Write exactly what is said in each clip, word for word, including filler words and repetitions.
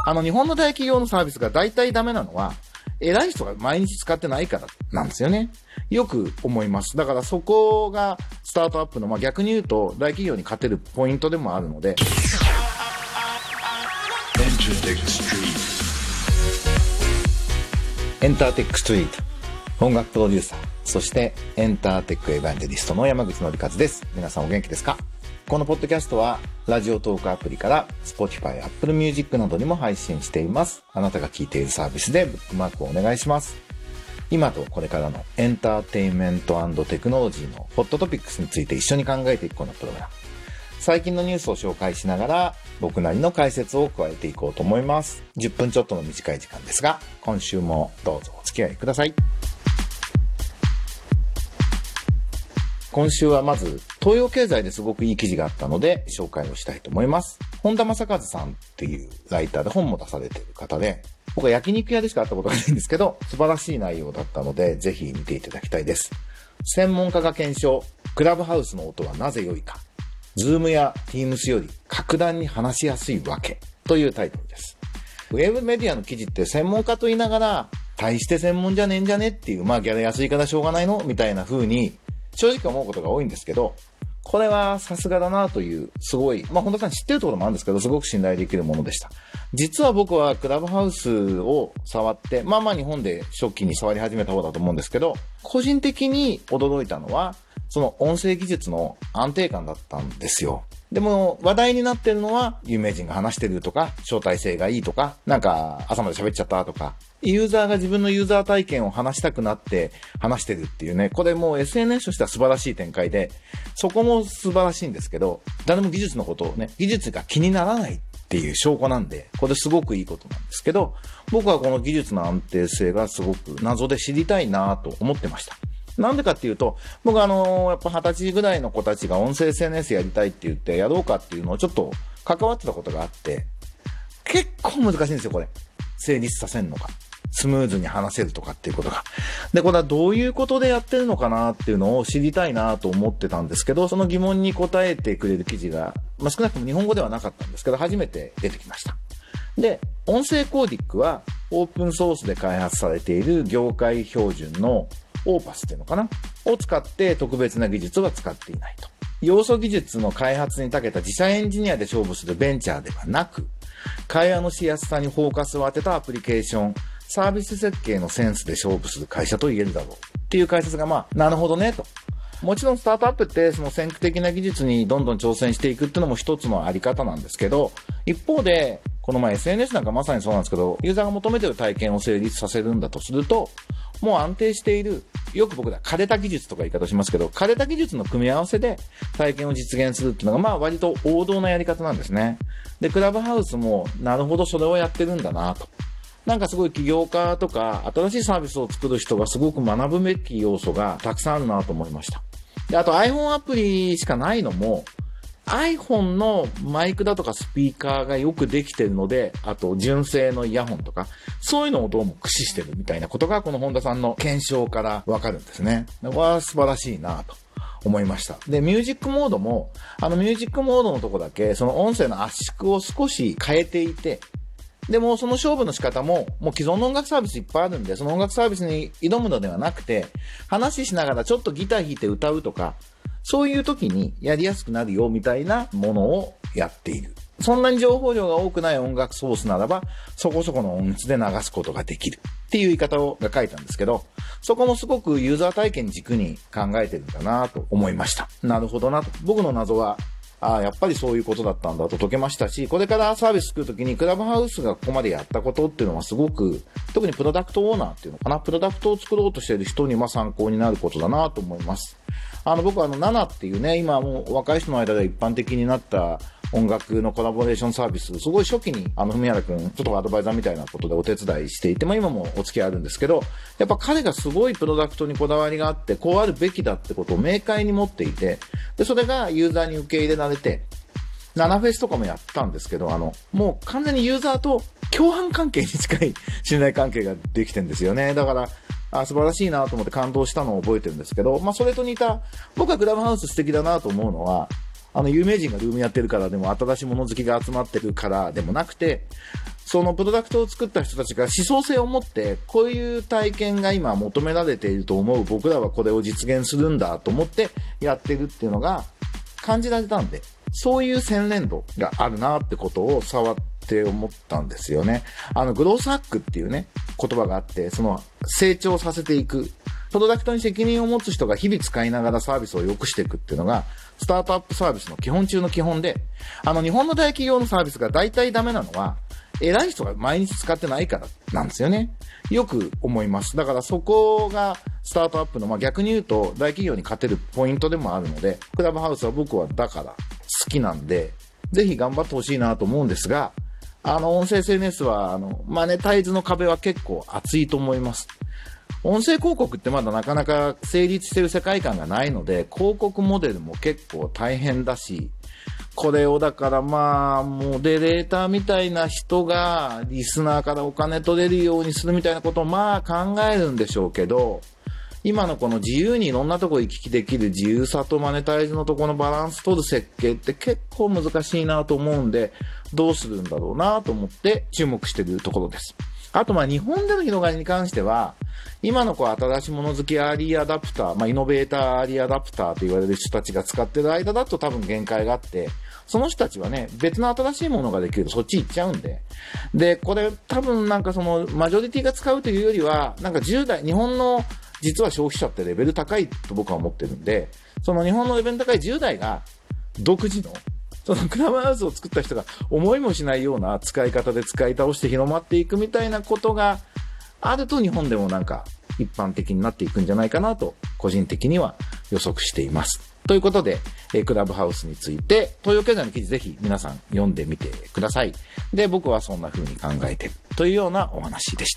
あの日本の大企業のサービスが大体ダメなのは、偉い人が毎日使ってないからなんですよね。よく思います。だからそこがスタートアップの、まあ、逆に言うと大企業に勝てるポイントでもあるので。エンターテックストリート、音楽プロデューサー、そしてエンターテックエヴァンジェリストの山口のりかずです。皆さんお元気ですか？このポッドキャストはラジオトークアプリから Spotify、Apple Music などにも配信しています。あなたが聞いているサービスでブックマークをお願いします。今とこれからのエンターテインメント&テクノロジーのホットトピックスについて一緒に考えていくこのプログラム。最近のニュースを紹介しながら僕なりの解説を加えていこうと思います。じゅっぷんちょっとの短い時間ですが、今週もどうぞお付き合いください。今週はまず東洋経済ですごくいい記事があったので紹介をしたいと思います。本田正和さんっていうライターで本も出されている方で、僕は焼肉屋でしか会ったことがないんですけど、素晴らしい内容だったのでぜひ見ていただきたいです。専門家が検証、クラブハウスの音はなぜ良いか、ズームや Teams より格段に話しやすいわけというタイトルです。ウェブメディアの記事って専門家と言いながら大して専門じゃねえんじゃねっていう、まあギャラ安いからしょうがないのみたいな風に正直思うことが多いんですけど、これはさすがだなという、すごい、まあ本田さん知ってるところもあるんですけど、すごく信頼できるものでした。実は僕はクラブハウスを触って、まあまあ日本で初期に触り始めた方だと思うんですけど、個人的に驚いたのは、その音声技術の安定感だったんですよ。でも話題になってるのは有名人が話してるとか、招待制がいいとか、なんか朝まで喋っちゃったとか、ユーザーが自分のユーザー体験を話したくなって話してるっていうね、これもう エスエヌエス としては素晴らしい展開で、そこも素晴らしいんですけど、誰も技術のことをね、技術が気にならないっていう証拠なんで、これすごくいいことなんですけど、僕はこの技術の安定性がすごく謎で知りたいなと思ってました。なんでかっていうと、僕あの、やっぱ二十歳ぐらいの子たちが音声 エスエヌエス やりたいって言ってやろうかっていうのをちょっと関わってたことがあって、結構難しいんですよ、これ。成立させるのか。スムーズに話せるとかっていうことが。で、これはどういうことでやってるのかなっていうのを知りたいなと思ってたんですけど、その疑問に答えてくれる記事が、まあ、少なくとも日本語ではなかったんですけど、初めて出てきました。で、音声コーディックはオープンソースで開発されている業界標準のオーパスっていうのかなを使って特別な技術は使っていないと。要素技術の開発に長けた自社エンジニアで勝負するベンチャーではなく、会話のしやすさにフォーカスを当てたアプリケーション、サービス設計のセンスで勝負する会社と言えるだろうっていう解説が、まあ、なるほどねと。もちろんスタートアップってその先駆的な技術にどんどん挑戦していくっていうのも一つのあり方なんですけど、一方でこの前 エスエヌエス なんかまさにそうなんですけど、ユーザーが求めている体験を成立させるんだとすると、もう安定している、よく僕ら枯れた技術とか言い方しますけど、枯れた技術の組み合わせで体験を実現するっていうのがまあ割と王道なやり方なんですね。で、クラブハウスもなるほどそれをやってるんだなと。なんかすごい起業家とか新しいサービスを作る人がすごく学ぶべき要素がたくさんあるなと思いました。で、あと iPhone アプリしかないのも iPhone のマイクだとかスピーカーがよくできてるので、あと純正のイヤホンとかそういうのをどうも駆使してるみたいなことがこの本田さんの検証からわかるんですね。これは素晴らしいなと思いました。で、ミュージックモードもあのミュージックモードのとこだけその音声の圧縮を少し変えていて、でもその勝負の仕方ももう既存の音楽サービスいっぱいあるんで、その音楽サービスに挑むのではなくて、話しながらちょっとギター弾いて歌うとか、そういう時にやりやすくなるよみたいなものをやっている。そんなに情報量が多くない音楽ソースならば、そこそこの音質で流すことができるっていう言い方をが書いたんですけど、そこもすごくユーザー体験軸に考えてるんだなと思いました。なるほどなと。僕の謎はああ、やっぱりそういうことだったんだと解けましたし、これからサービス作るときにクラブハウスがここまでやったことっていうのはすごく、特にプロダクトオーナーっていうのかな、プロダクトを作ろうとしている人にまあ参考になることだなと思います。あの僕はあのナナっていうね、今もう若い人の間で一般的になった音楽のコラボレーションサービス、すごい初期にあの文原くんちょっとアドバイザーみたいなことでお手伝いしていて、まあ今もお付き合いあるんですけど、やっぱ彼がすごいプロダクトにこだわりがあって、こうあるべきだってことを明快に持っていて、でそれがユーザーに受け入れられて、ナナフェスとかもやったんですけど、あのもう完全にユーザーと共犯関係に近い信頼関係ができてるんですよね。だからあ素晴らしいなと思って感動したのを覚えてるんですけど、まあそれと似た、僕はクラブハウス素敵だなと思うのは、あの有名人がルームやってるからでも新しいもの好きが集まってるからでもなくて、 そのプロダクトを作った人たちが思想性を持って、こういう体験が今求められていると思う、僕らはこれを実現するんだと思ってやってるっていうのが感じられたんで、そういう洗練度があるなってことを触って思ったんですよね。あの、グロースハックっていうね、言葉があって、その成長させていく。プロダクトに責任を持つ人が日々使いながらサービスを良くしていくっていうのが、スタートアップサービスの基本中の基本で、あの、日本の大企業のサービスが大体ダメなのは、偉い人が毎日使ってないからなんですよね。よく思います。だからそこがスタートアップの、まあ、逆に言うと大企業に勝てるポイントでもあるので、クラブハウスは僕はだから好きなんで、ぜひ頑張ってほしいなと思うんですが、あの、音声 エスエヌエス は、あの、マネタイズの壁は結構厚いと思います。音声広告ってまだなかなか成立してる世界観がないので、広告モデルも結構大変だし、これをだからまあ、モデレーターみたいな人がリスナーからお金取れるようにするみたいなことをまあ考えるんでしょうけど、今のこの自由にいろんなとこ行き来できる自由さとマネタイズのところのバランス取る設計って結構難しいなと思うんで、どうするんだろうなと思って注目しているところです。あとまあ日本での広がりに関しては、今のこう新しいもの好きアーリーアダプター、まあイノベーターアーリーアダプターと言われる人たちが使ってる間だと多分限界があって、その人たちはね、別の新しいものができるとそっち行っちゃうんで。で、これ多分なんかそのマジョリティが使うというよりは、なんかじゅう代、日本の実は消費者ってレベル高いと僕は思ってるんで、その日本のレベル高いじゅう代が独自のそのクラブハウスを作った人が思いもしないような使い方で使い倒して広まっていくみたいなことがあると日本でもなんか一般的になっていくんじゃないかなと個人的には予測しています。ということで、えクラブハウスについて東洋経済の記事ぜひ皆さん読んでみてください。で、僕はそんな風に考えているというようなお話でした。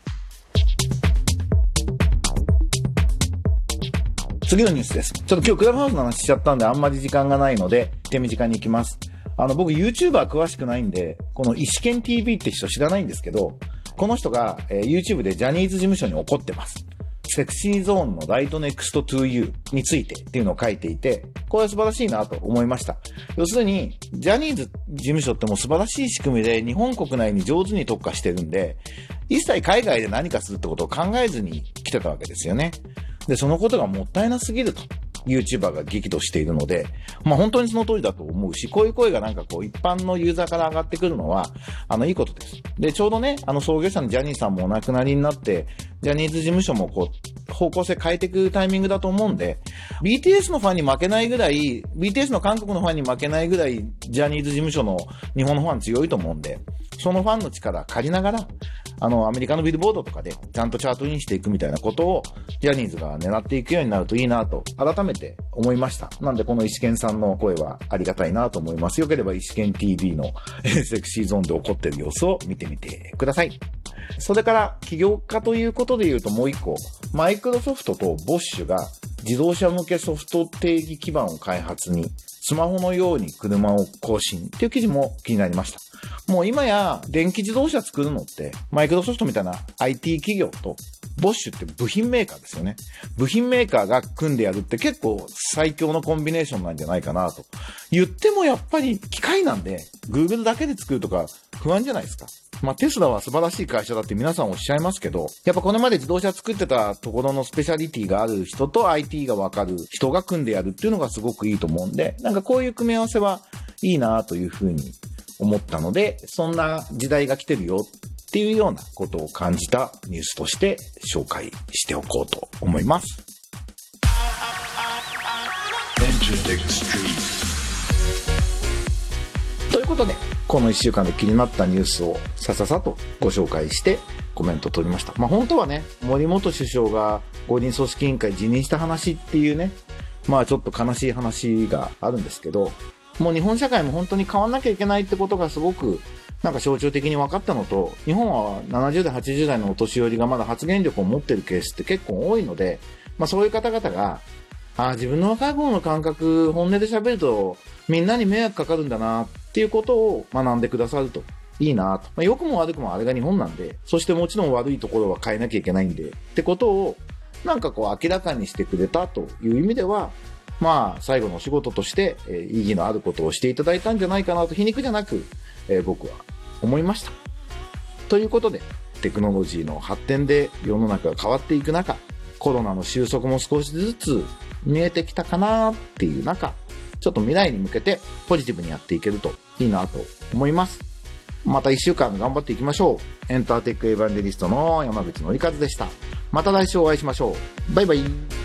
次のニュースです。ちょっと今日クラブハウスの話しちゃったんであんまり時間がないので手短に行きます。あの僕 YouTuber 詳しくないんで、この石健 ティーブイ って人知らないんですけど、この人が、えー、YouTube でジャニーズ事務所に怒ってます。セクシーゾーンの Right Next to You についてっていうのを書いていて、これは素晴らしいなと思いました。要するに、ジャニーズ事務所ってもう素晴らしい仕組みで日本国内に上手に特化してるんで、一切海外で何かするってことを考えずに来てたわけですよね。で、そのことがもったいなすぎると YouTuber が激怒しているので、まあ本当にその通りだと思うし、こういう声がなんかこう一般のユーザーから上がってくるのは、あのいいことです。で、ちょうどね、あの創業者のジャニーさんもお亡くなりになって、ジャニーズ事務所もこう、方向性変えていくタイミングだと思うんで、ビーティーエス のファンに負けないぐらい、ビーティーエス の韓国のファンに負けないぐらい、ジャニーズ事務所の日本のファン強いと思うんで、そのファンの力借りながら、あの、アメリカのビルボードとかでちゃんとチャートインしていくみたいなことを、ジャニーズが狙っていくようになるといいなと、改めて思いました。なんで、この石健さんの声はありがたいなと思います。よければ石健 ティーブイ のセクシーゾーンで起こっている様子を見てみてください。それから、起業家ということで言うともう一個、マイクロソフトとボッシュが自動車向けソフト定義基盤を開発に、スマホのように車を更新っていう記事も気になりました。もう今や電気自動車作るのってマイクロソフトみたいな アイティー 企業とボッシュって部品メーカーですよね。部品メーカーが組んでやるって結構最強のコンビネーションなんじゃないかなと。言ってもやっぱり機械なんで Google だけで作るとか不安じゃないですか。まあテスラは素晴らしい会社だって皆さんおっしゃいますけど、やっぱこれまで自動車作ってたところのスペシャリティがある人と アイティー がわかる人が組んでやるっていうのがすごくいいと思うんで、なんかこういう組み合わせはいいなというふうに思ったので、そんな時代が来てるよっていうようなことを感じたニュースとして紹介しておこうと思います。ということで、このいっしゅうかんで気になったニュースをさささとご紹介してコメントを取りました。まあ本当はね、森元首相が五輪組織委員会辞任した話っていうね、まあちょっと悲しい話があるんですけど、もう日本社会も本当に変わんなきゃいけないってことがすごくなんか象徴的に分かったのと、日本はななじゅう代はちじゅう代のお年寄りがまだ発言力を持ってるケースって結構多いので、まあそういう方々が、ああ自分の若い頃の感覚本音で喋るとみんなに迷惑かかるんだなっていうことを学んでくださるといいなと。まあ、良くも悪くもあれが日本なんで、そしてもちろん悪いところは変えなきゃいけないんでってことをなんかこう明らかにしてくれたという意味では、まあ最後のお仕事として、えー、意義のあることをしていただいたんじゃないかなと、皮肉じゃなく、えー、僕は思いました。 ということで、テクノロジーの発展で世の中が変わっていく中、コロナの収束も少しずつ見えてきたかなっていう中、ちょっと未来に向けてポジティブにやっていけるといいなと思います。また一週間頑張っていきましょう。エンターテックエヴァンジェリストの山口のりかずでした。また来週お会いしましょう。バイバイ。